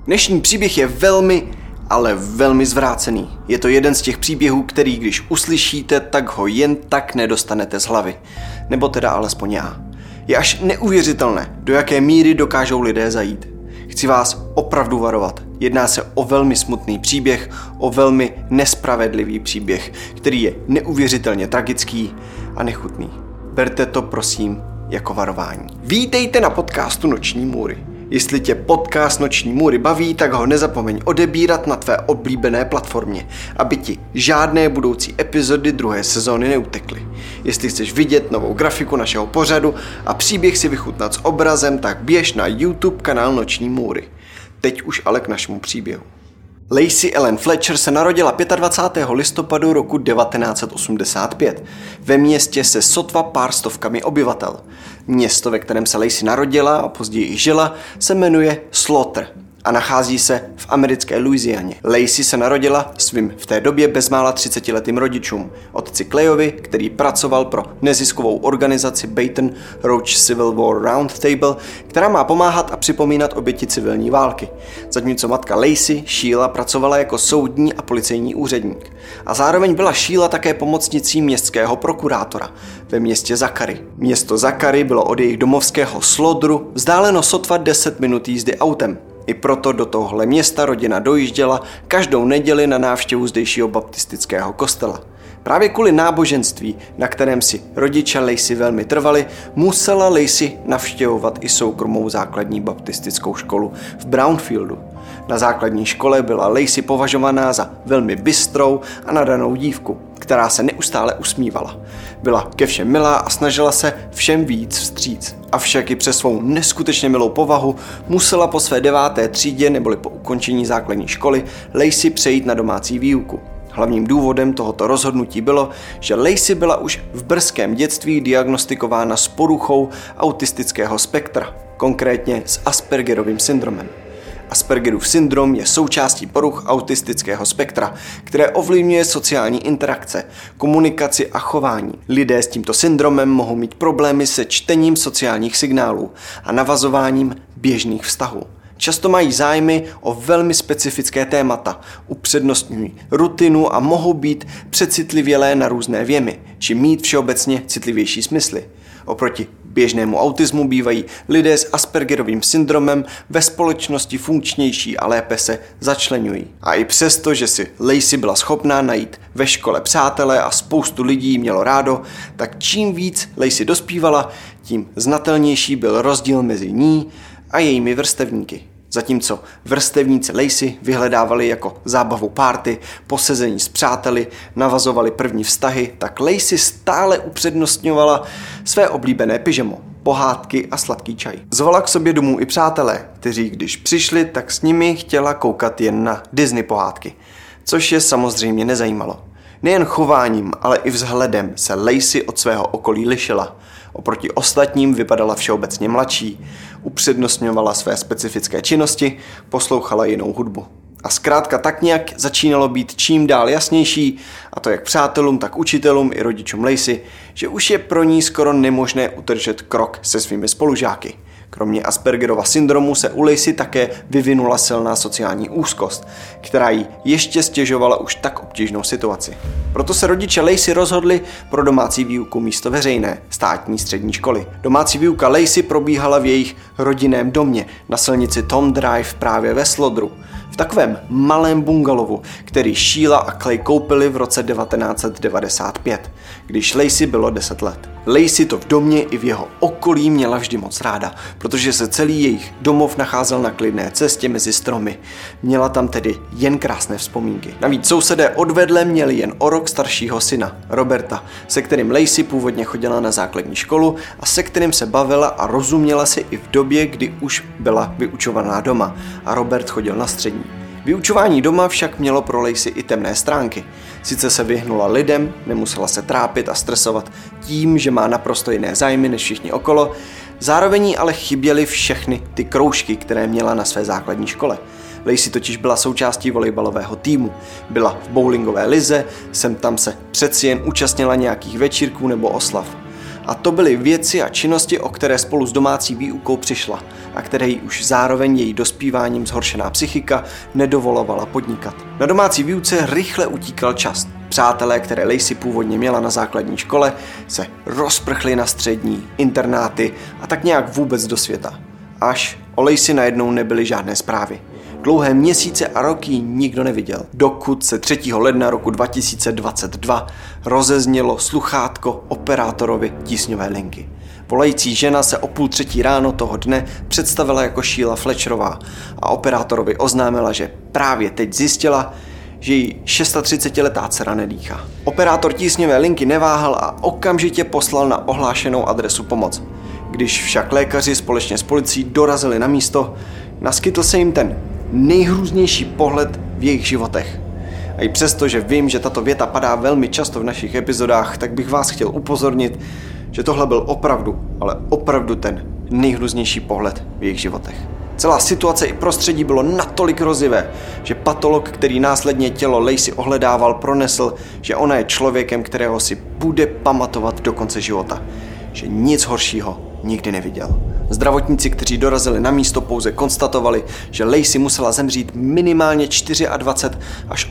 Dnešní příběh je velmi, ale velmi zvrácený. Je to jeden z těch příběhů, který když uslyšíte, tak ho jen tak nedostanete z hlavy. Nebo teda alespoň já. Je až neuvěřitelné, do jaké míry dokážou lidé zajít. Chci vás opravdu varovat. Jedná se o velmi smutný příběh, o velmi nespravedlivý příběh, který je neuvěřitelně tragický a nechutný. Berte to prosím jako varování. Vítejte na podcastu Noční můry. Jestli tě podcast Noční můry baví, tak ho nezapomeň odebírat na tvé oblíbené platformě, aby ti žádné budoucí epizody druhé sezóny neutekly. Jestli chceš vidět novou grafiku našeho pořadu a příběh si vychutnat s obrazem, tak běž na YouTube kanál Noční můry. Teď už ale k našemu příběhu. Lacey Ellen Fletcher se narodila 25. listopadu roku 1985 ve městě se sotva pár stovkami obyvatel. Město, ve kterém se Lacey narodila a později i žila, se jmenuje Slaughter a nachází se v americké Louisianě. Lacey se narodila svým v té době bezmála 30letým rodičům, otci Clayovi, který pracoval pro neziskovou organizaci Baton Rouge Civil War Roundtable, která má pomáhat a připomínat oběti civilní války. Zatímco matka Lacey, Sheila, pracovala jako soudní a policejní úředník. A zároveň byla Sheila také pomocnicí městského prokurátora ve městě Zachary. Město Zachary bylo od jejich domovského Slaughteru vzdáleno sotva 10 minut jízdy autem. I proto do tohohle města rodina dojížděla každou neděli na návštěvu zdejšího baptistického kostela. Právě kvůli náboženství, na kterém si rodiče Lacey velmi trvali, musela Lacey navštěvovat i soukromou základní baptistickou školu v Brownfieldu. Na základní škole byla Lacey považovaná za velmi bystrou a nadanou dívku, která se neustále usmívala. Byla ke všem milá a snažila se všem víc vstříc. Avšak i přes svou neskutečně milou povahu musela po své 9. třídě neboli po ukončení základní školy Lacey přejít na domácí výuku. Hlavním důvodem tohoto rozhodnutí bylo, že Lacey byla už v brzkém dětství diagnostikována s poruchou autistického spektra, konkrétně s Aspergerovým syndromem. Aspergerův syndrom je součástí poruch autistického spektra, které ovlivňuje sociální interakce, komunikaci a chování. Lidé s tímto syndromem mohou mít problémy se čtením sociálních signálů a navazováním běžných vztahů. Často mají zájmy o velmi specifické témata, upřednostňují rutinu a mohou být přecitlivělé na různé vjemy, či mít všeobecně citlivější smysly. Oproti běžnému autismu bývají lidé s Aspergerovým syndromem ve společnosti funkčnější a lépe se začleňují. A i přesto, že si Lacey byla schopná najít ve škole přátele a spoustu lidí mělo rádo, tak čím víc Lacey dospívala, tím znatelnější byl rozdíl mezi ní a jejími vrstevníky. Zatímco vrstevníci Lacey vyhledávali jako zábavu párty, posezení s přáteli, navazovali první vztahy, tak Lacey stále upřednostňovala své oblíbené pyžamo, pohádky a sladký čaj. Zvala k sobě domů i přátelé, kteří když přišli, tak s nimi chtěla koukat jen na Disney pohádky, což je samozřejmě nezajímalo. Nejen chováním, ale i vzhledem se Lacey od svého okolí lišila. Oproti ostatním vypadala všeobecně mladší, upřednostňovala své specifické činnosti, poslouchala jinou hudbu. A zkrátka tak nějak začínalo být čím dál jasnější, a to jak přátelům, tak učitelům i rodičům Lacey, že už je pro ní skoro nemožné udržet krok se svými spolužáky. Kromě Aspergerova syndromu se u Lacey také vyvinula silná sociální úzkost, která jí ještě stěžovala už tak obtížnou situaci. Proto se rodiče Lacey rozhodli pro domácí výuku místo veřejné, státní střední školy. Domácí výuka Lacey probíhala v jejich rodinném domě na silnici Tom Drive právě ve Slaughteru, v takovém malém bungalovu, který Sheila a Clay koupili v roce 1995, když Lacey bylo 10 let. Lacey to v domě i v jeho okolí měla vždy moc ráda, protože se celý jejich domov nacházel na klidné cestě mezi stromy. Měla tam tedy jen krásné vzpomínky. Navíc sousedé odvedle měli jen o rok staršího syna, Roberta, se kterým Lacey původně chodila na základní školu a se kterým se bavila a rozuměla si i v době, kdy už byla vyučovaná doma a Robert chodil na střední. Vyučování doma však mělo pro Lacey i temné stránky. Sice se vyhnula lidem, nemusela se trápit a stresovat tím, že má naprosto jiné zájmy než všichni okolo, zároveň jí ale chyběly všechny ty kroužky, které měla na své základní škole. Lacey totiž byla součástí volejbalového týmu, byla v bowlingové lize, sem tam se přeci jen účastnila nějakých večírků nebo oslav. A to byly věci a činnosti, o které spolu s domácí výukou přišla a které jí už zároveň její dospíváním zhoršená psychika nedovolovala podnikat. Na domácí výuce rychle utíkal čas. Přátelé, které Lacey původně měla na základní škole, se rozprchli na střední, internáty a tak nějak vůbec do světa. Až o Lacey najednou nebyly žádné zprávy. Dlouhé měsíce a roky nikdo neviděl, dokud se 3. ledna roku 2022 rozeznělo sluchátko operátorovi tísňové linky. Volající žena se o 2:30 ráno toho dne představila jako Sheila Fletcherová a operátorovi oznámila, že právě teď zjistila, že jí 36letá dcera nedýchá. Operátor tísňové linky neváhal a okamžitě poslal na ohlášenou adresu pomoc. Když však lékaři společně s policií dorazili na místo, naskytl se jim ten nejhrůznější pohled v jejich životech. A i přesto, že vím, že tato věta padá velmi často v našich epizodách, tak bych vás chtěl upozornit, že tohle byl opravdu, ale opravdu ten nejhrůznější pohled v jejich životech. Celá situace i prostředí bylo natolik hrozivé, že patolog, který následně tělo Lacey ohledával, pronesl, že ona je člověkem, kterého si bude pamatovat do konce života. Že nic horšího nikdy neviděl. Zdravotníci, kteří dorazili na místo, pouze konstatovali, že Lacey musela zemřít minimálně 24 až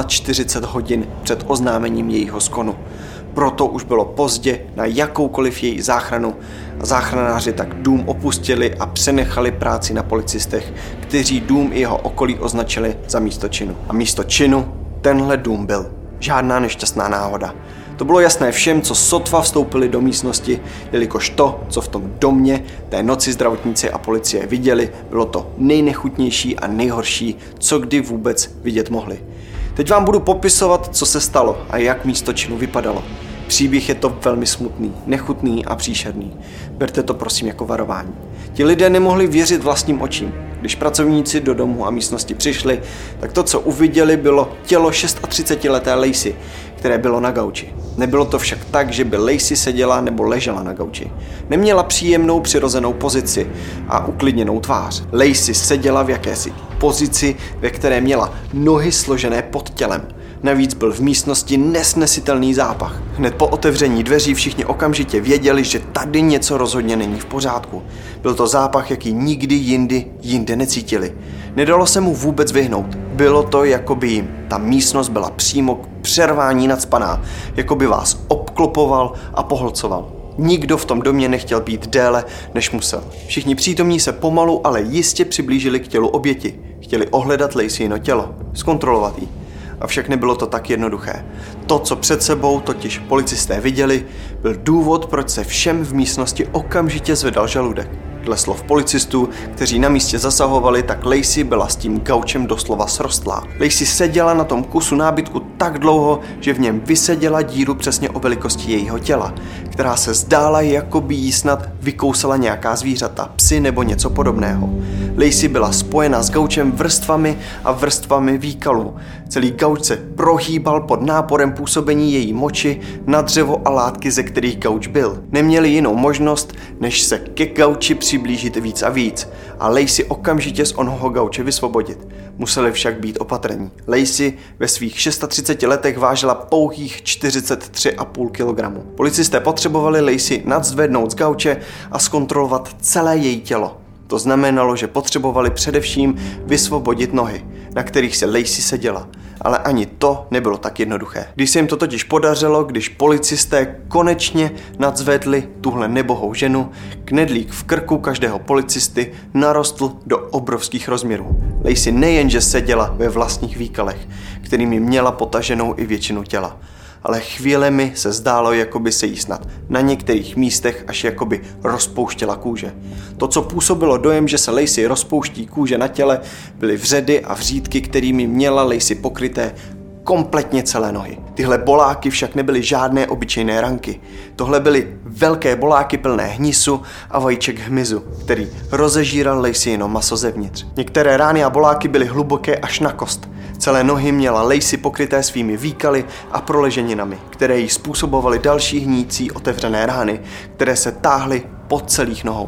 48 hodin před oznámením jejího skonu. Proto už bylo pozdě na jakoukoliv její záchranu a záchranáři tak dům opustili a přenechali práci na policistech, kteří dům i jeho okolí označili za místo činu. A místo činu tenhle dům byl. Žádná nešťastná náhoda. To bylo jasné všem, co sotva vstoupili do místnosti, jelikož to, co v tom domě té noci zdravotníci a policie viděli, bylo to nejnechutnější a nejhorší, co kdy vůbec vidět mohli. Teď vám budu popisovat, co se stalo a jak místo činu vypadalo. Příběh je to velmi smutný, nechutný a příšerný. Berte to prosím jako varování. Ti lidé nemohli věřit vlastním očím. Když pracovníci do domu a místnosti přišli, tak to, co uviděli, bylo tělo 36leté Lacey, které bylo na gauči. Nebylo to však tak, že by Lacey seděla nebo ležela na gauči. Neměla příjemnou přirozenou pozici a uklidněnou tvář. Lacey seděla v jakési pozici, ve které měla nohy složené pod tělem. Navíc byl v místnosti nesnesitelný zápach. Hned po otevření dveří všichni okamžitě věděli, že tady něco rozhodně není v pořádku. Byl to zápach, jaký nikdy jinde necítili. Nedalo se mu vůbec vyhnout. Bylo to, jako by jim ta místnost byla přímo k přervání nacpaná, jako by vás obklopoval a pohlcoval. Nikdo v tom domě nechtěl být déle, než musel. Všichni přítomní se pomalu, ale jistě přiblížili k tělu oběti. Chtěli ohledat Laceyno tělo, zkontrolovat ji. Avšak nebylo to tak jednoduché. To, co před sebou totiž policisté viděli, byl důvod, proč se všem v místnosti okamžitě zvedal žaludek. Dle slov policistů, kteří na místě zasahovali, tak Lacey byla s tím gaučem doslova srostlá. Lacey seděla na tom kusu nábytku tak dlouho, že v něm vyseděla díru přesně o velikosti jejího těla, která se zdála, jako by jí snad vykousala nějaká zvířata, psy nebo něco podobného. Lacey byla spojena s gaučem vrstvami a vrstvami výkalů. Celý gauč se prohýbal pod náporem působení její moči na dřevo a látky, ze kterých gauč byl. Neměli jinou možnost, než se ke gauči přiblížit víc a víc a Lacey okamžitě z onoho gauče vysvobodit. Museli však být opatrní. Lacey ve svých 36 letech vážila pouhých 43,5 kg. Policisté potřebovali Lacey nadzvednout z gauče a zkontrolovat celé její tělo. To znamenalo, že potřebovali především vysvobodit nohy, na kterých se Lacey seděla. Ale ani to nebylo tak jednoduché. Když se jim to totiž podařilo, když policisté konečně nadzvedli tuhle nebohou ženu, knedlík v krku každého policisty narostl do obrovských rozměrů. Lacey nejenže seděla ve vlastních výkalech, kterými měla potaženou i většinu těla, ale chvílemi se zdálo, jako by se jí snad na některých místech až jakoby rozpouštěla kůže. To, co působilo dojem, že se Lacey rozpouští kůže na těle, byly vředy a vřídky, kterými měla Lacey pokryté kompletně celé nohy. Tyhle boláky však nebyly žádné obyčejné ranky. Tohle byly velké boláky plné hnisu a vajíček hmyzu, který rozežíral Laceyno maso zevnitř. Některé rány a boláky byly hluboké až na kost. Celé nohy měla Lacey pokryté svými výkaly a proleženinami, které jí způsobovaly další hnící otevřené rány, které se táhly po celých nohou.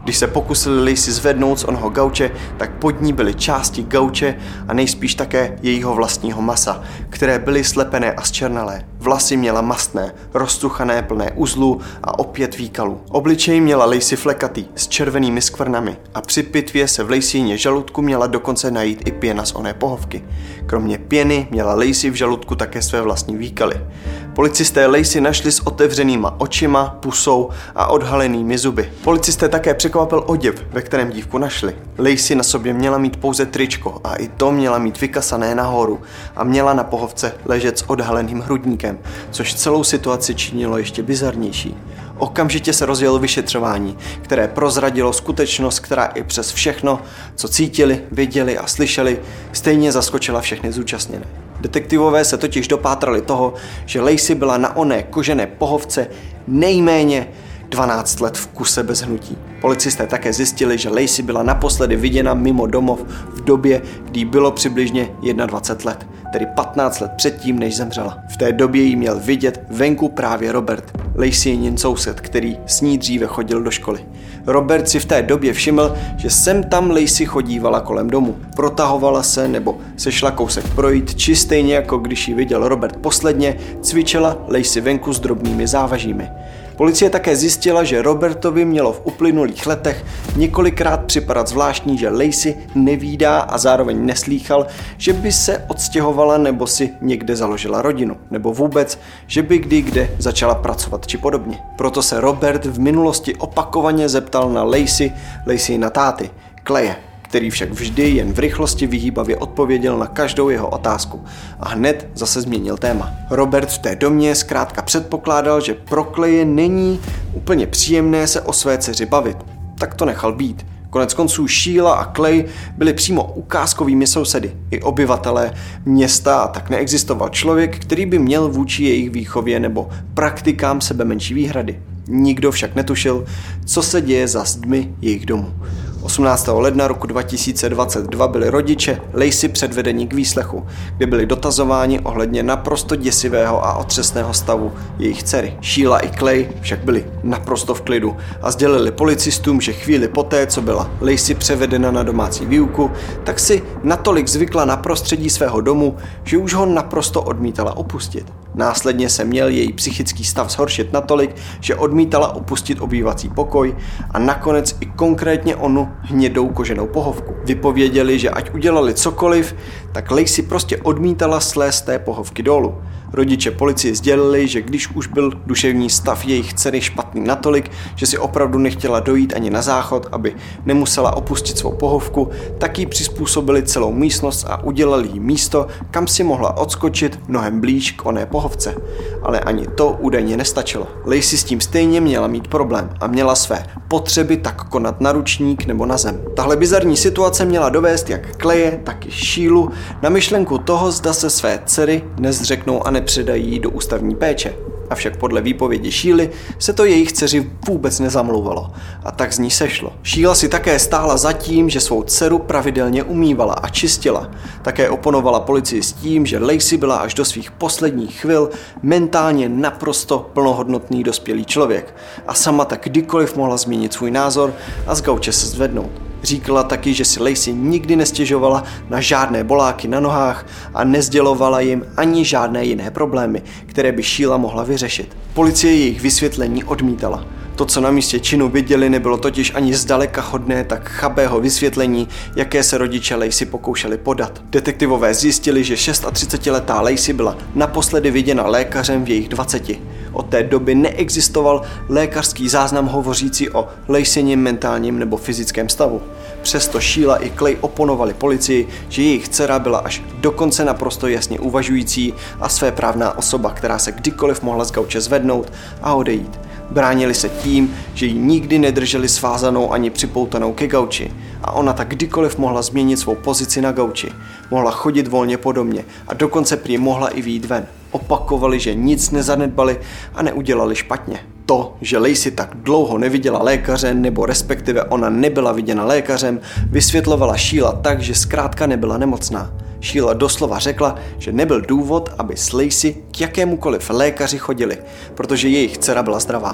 Když se pokusili Lacey zvednout z onoho gauče, tak pod ní byly části gauče a nejspíš také jejího vlastního masa, které byly slepené a zčernalé. Vlasy měla mastné, roztuchané, plné uzlů a opět výkalů. Obličej měla Lacey flekatý, s červenými skvrnami a při pitvě se v Laceyně žaludku měla dokonce najít i pěna z oné pohovky. Kromě pěny měla Lacey v žaludku také své vlastní výkaly. Policisté Lacey našli s otevřenýma očima, pusou a odhalenými zuby. Policisté také překvapil oděv, ve kterém dívku našli. Lacey na sobě měla mít pouze tričko a i to měla mít vykasané nahoru a měla na pohovce ležet s odhaleným hrudníkem, což celou situaci činilo ještě bizarnější. Okamžitě se rozjelo vyšetřování, které prozradilo skutečnost, která i přes všechno, co cítili, viděli a slyšeli, stejně zaskočila všechny zúčastněné. Detektivové se totiž dopátrali toho, že Lacey byla na oné kožené pohovce nejméně 12 let v kuse bez hnutí. Policisté také zjistili, že Lacey byla naposledy viděna mimo domov v době, kdy jí bylo přibližně 21 let, tedy 15 let předtím, než zemřela. V té době jí měl vidět venku právě Robert, Laceynin soused, který s ní dříve chodil do školy. Robert si v té době všiml, že sem tam Lacey chodívala kolem domu. Protahovala se nebo se šla kousek projít, či stejně jako když ji viděl Robert posledně, cvičila Lacey venku s drobnými závažími. Policie také zjistila, že Robertovi mělo v uplynulých letech několikrát připadat zvláštní, že Lacey nevídá a zároveň neslýchal, že by se odstěhovala nebo si někde založila rodinu, nebo vůbec, že by kdy kde začala pracovat či podobně. Proto se Robert v minulosti opakovaně zeptal na Lacey na táty, Claye, který však vždy jen v rychlosti vyhýbavě odpověděl na každou jeho otázku a hned zase změnil téma. Robert v té domě zkrátka předpokládal, že pro Claye není úplně příjemné se o své dceři bavit, tak to nechal být. Konec konců Sheila a Clay byli přímo ukázkovými sousedy, i obyvatelé města, a tak neexistoval člověk, který by měl vůči jejich výchově nebo praktikám sebe menší výhrady. Nikdo však netušil, co se děje za zdmi jejich domů. 18. ledna roku 2022 byli rodiče Lacey předvedeni k výslechu, kde byli dotazováni ohledně naprosto děsivého a otřesného stavu jejich dcery. Sheila i Clay však byli naprosto v klidu a sdělili policistům, že chvíli poté, co byla Lacey převedena na domácí výuku, tak si natolik zvykla na prostředí svého domu, že už ho naprosto odmítala opustit. Následně se měl její psychický stav zhoršit natolik, že odmítala opustit obývací pokoj a nakonec i konkrétně onu hnědou koženou pohovku. Vypověděli, že ať udělali cokoliv, tak Lacey prostě odmítala slést té pohovky dolů. Rodiče policii sdělili, že když už byl duševní stav jejich dcery špatný natolik, že si opravdu nechtěla dojít ani na záchod, aby nemusela opustit svou pohovku, tak jí přizpůsobili celou místnost a udělali jí místo, kam si mohla odskočit mnohem blíž k oné pohovce. Ale ani to údajně nestačilo. Lacey s tím stejně měla mít problém a měla své potřeby tak konat na ručník nebo na zem. Tahle bizarní situace měla dovést jak Claye, tak i Sheilu na myšlenku toho, zda se své dcery nezřeknou a nepředají do ústavní péče. Avšak podle výpovědi Sheily se to jejich dceři vůbec nezamlouvalo a tak z ní sešlo. Sheila si také stála za tím, že svou dceru pravidelně umývala a čistila. Také oponovala policii s tím, že Lacey byla až do svých posledních chvil mentálně naprosto plnohodnotný dospělý člověk a sama tak kdykoliv mohla změnit svůj názor a z gauče se zvednout. Říkala taky, že si Lacey nikdy nestěžovala na žádné boláky na nohách a nezdělovala jim ani žádné jiné problémy, které by Sheila mohla vyřešit. Policie jejich vysvětlení odmítala. To, co na místě činu viděli, nebylo totiž ani zdaleka hodné tak chabého vysvětlení, jaké se rodiče Lacey pokoušeli podat. Detektivové zjistili, že 36letá Lacey byla naposledy viděna lékařem v jejich 20. Od té doby neexistoval lékařský záznam hovořící o Laceyním mentálním nebo fyzickém stavu. Přesto Sheila i Clay oponovali policii, že jejich dcera byla až dokonce naprosto jasně uvažující a svéprávná osoba, která se kdykoliv mohla z gauče zvednout a odejít. Bránili se tím, že ji nikdy nedrželi svázanou ani připoutanou ke gauči a ona tak kdykoliv mohla změnit svou pozici na gauči. Mohla chodit volně po domě a dokonce prý mohla i vyjít ven. Opakovali, že nic nezanedbali a neudělali špatně. To, že Lacey tak dlouho neviděla lékaře, nebo respektive ona nebyla viděna lékařem, vysvětlovala Sheila tak, že zkrátka nebyla nemocná. Sheila doslova řekla, že nebyl důvod, aby s Lacey k jakémukoliv lékaři chodili, protože jejich dcera byla zdravá.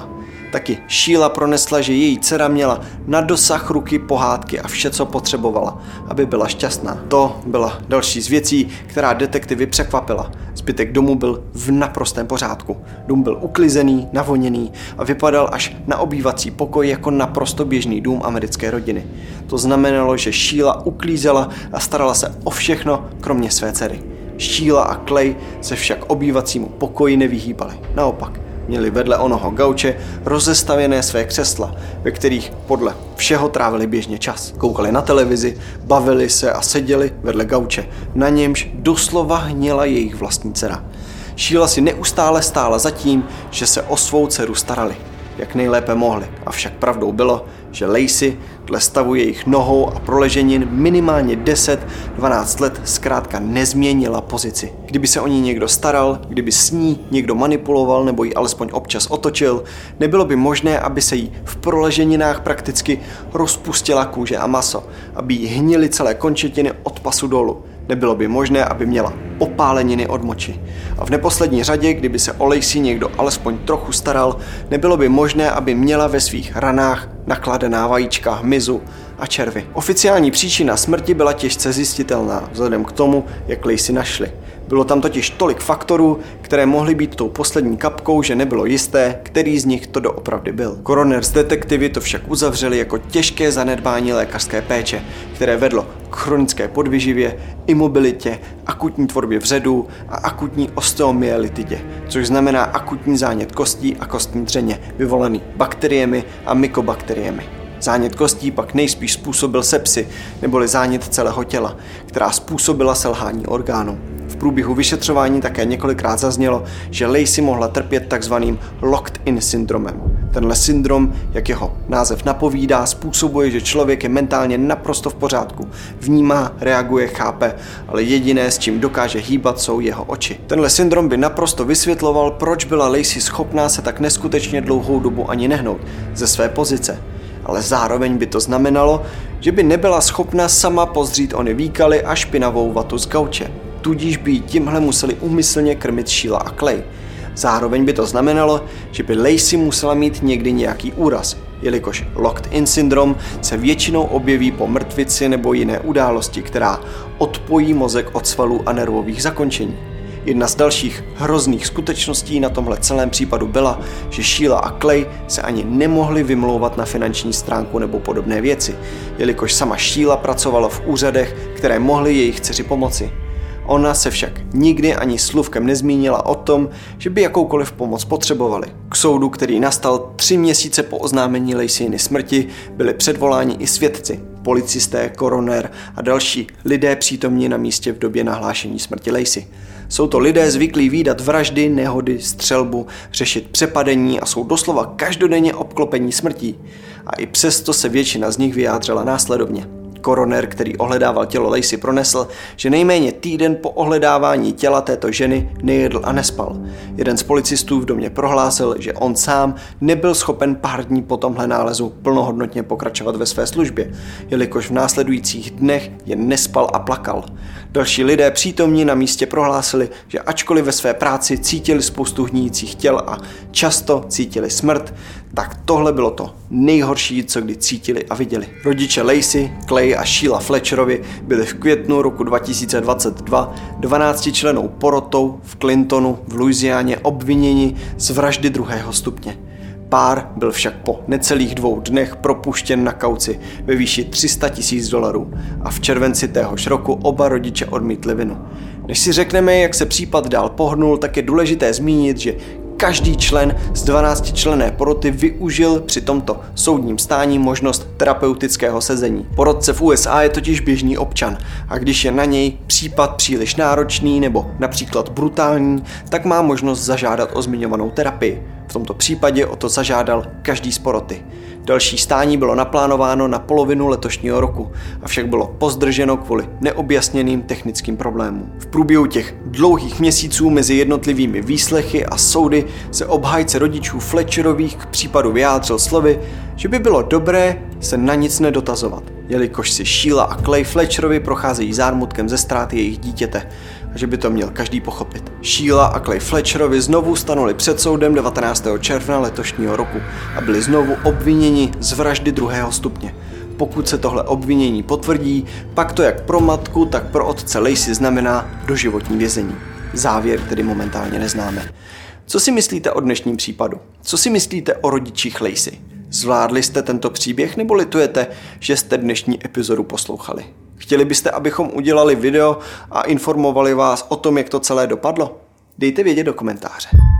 Taky Sheila pronesla, že její dcera měla na dosah ruky pohádky a vše, co potřebovala, aby byla šťastná. To byla další z věcí, která detektivy překvapila. Zbytek domu byl v naprostém pořádku. Dům byl uklizený, navoněný a vypadal až na obývací pokoj jako naprosto běžný dům americké rodiny. To znamenalo, že Sheila uklízela a starala se o všechno, kromě své dcery. Sheila a Clay se však obývacímu pokoji nevyhýbali. Naopak, měli vedle onoho gauče rozestavěné své křesla, ve kterých podle všeho trávili běžně čas. Koukali na televizi, bavili se a seděli vedle gauče, na němž doslova hněla jejich vlastní dcera. Sheila si neustále stála za tím, že se o svou dceru starali, jak nejlépe mohli. Avšak pravdou bylo, že Lacey dle stavu jejich nohou a proleženin minimálně 10-12 let zkrátka nezměnila pozici. Kdyby se o ní někdo staral, kdyby s ní někdo manipuloval nebo ji alespoň občas otočil, nebylo by možné, aby se jí v proleženinách prakticky rozpustila kůže a maso, aby jí hnily celé končetiny od pasu dolů. Nebylo by možné, aby měla popáleniny od moči. A v neposlední řadě, kdyby se o Lacey někdo alespoň trochu staral, nebylo by možné, aby měla ve svých ranách nakladená vajíčka, hmyzu a červy. Oficiální příčina smrti byla těžce zjistitelná, vzhledem k tomu, jak Lacey našli. Bylo tam totiž tolik faktorů, které mohly být tou poslední kapkou, že nebylo jisté, který z nich to doopravdy byl. Koroner s detektivy to však uzavřeli jako těžké zanedbání lékařské péče, které vedlo k chronické podvyživě, imobilitě, akutní tvorbě vředů a akutní osteomyelitidě, což znamená akutní zánět kostí a kostní dřeně, vyvolaný bakteriemi a mykobakteriemi. Zánět kostí pak nejspíš způsobil sepsi, neboli zánět celého těla, která způsobila selhání orgánů. V průběhu vyšetřování také několikrát zaznělo, že Lacey mohla trpět takzvaným locked-in syndromem. Tenhle syndrom, jak jeho název napovídá, způsobuje, že člověk je mentálně naprosto v pořádku. Vnímá, reaguje, chápe, ale jediné, s čím dokáže hýbat, jsou jeho oči. Tenhle syndrom by naprosto vysvětloval, proč byla Lacey schopná se tak neskutečně dlouhou dobu ani nehnout ze své pozice. Ale zároveň by to znamenalo, že by nebyla schopna sama pozdřít ony výkaly a špinavou vatu z gauče. Tudíž by jí tímhle museli úmyslně krmit Sheila a Clay. Zároveň by to znamenalo, že by Lacey musela mít někdy nějaký úraz, jelikož locked-in syndrom se většinou objeví po mrtvici nebo jiné události, která odpojí mozek od svalů a nervových zakončení. Jedna z dalších hrozných skutečností na tomhle celém případu byla, že Sheila a Clay se ani nemohli vymlouvat na finanční stránku nebo podobné věci, jelikož sama Sheila pracovala v úřadech, které mohly jejich dceři pomoci. Ona se však nikdy ani slůvkem nezmínila o tom, že by jakoukoliv pomoc potřebovali. K soudu, který nastal 3 měsíce po oznámení Laceyny smrti, byli předvoláni i svědci, policisté, koroner a další lidé přítomní na místě v době nahlášení smrti Lacey. Jsou to lidé zvyklí vídat vraždy, nehody, střelbu, řešit přepadení a jsou doslova každodenně obklopení smrtí. A i přesto se většina z nich vyjádřila následovně. Koroner, který ohledával tělo Lacey, pronesl, že nejméně týden po ohledávání těla této ženy nejedl a nespal. Jeden z policistů v domě prohlásil, že on sám nebyl schopen pár dní po tomhle nálezu plnohodnotně pokračovat ve své službě, jelikož v následujících dnech jen nespal a plakal. Další lidé přítomní na místě prohlásili, že ačkoliv ve své práci cítili spoustu hníjících těl a často cítili smrt, tak tohle bylo to nejhorší, co kdy cítili a viděli. Rodiče Lacey, Clay a Sheila Fletcherovi byli v květnu roku 2022 12člennou porotou v Clintonu v Louisianě obviněni z vraždy 2. stupně. Pár byl však po necelých 2 dnech propuštěn na kauci ve výši $300,000 a v červenci téhož roku oba rodiče odmítli vinu. Než si řekneme, jak se případ dál pohnul, tak je důležité zmínit, že každý člen z 12členné poroty využil při tomto soudním stání možnost terapeutického sezení. Porotce v USA je totiž běžný občan a když je na něj případ příliš náročný nebo například brutální, tak má možnost zažádat o zmiňovanou terapii. V tomto případě o to zažádal každý z poroty. Další stání bylo naplánováno na polovinu letošního roku, avšak bylo pozdrženo kvůli neobjasněným technickým problémům. V průběhu těch dlouhých měsíců mezi jednotlivými výslechy a soudy se obhájce rodičů Fletcherových k případu vyjádřil slovy, že by bylo dobré se na nic nedotazovat, jelikož si Sheila a Clay Fletcherovi procházejí zármutkem ze ztráty jejich dítěte a že by to měl každý pochopit. Sheila a Clay Fletcherovi znovu stanuli před soudem 19. června letošního roku a byli znovu obviněni z vraždy 2. stupně. Pokud se tohle obvinění potvrdí, pak to jak pro matku, tak pro otce Lacey znamená doživotní vězení. Závěr tedy momentálně neznáme. Co si myslíte o dnešním případu? Co si myslíte o rodičích Lacey? Zvládli jste tento příběh nebo litujete, že jste dnešní epizodu poslouchali? Chtěli byste, abychom udělali video a informovali vás o tom, jak to celé dopadlo? Dejte vědět do komentáře.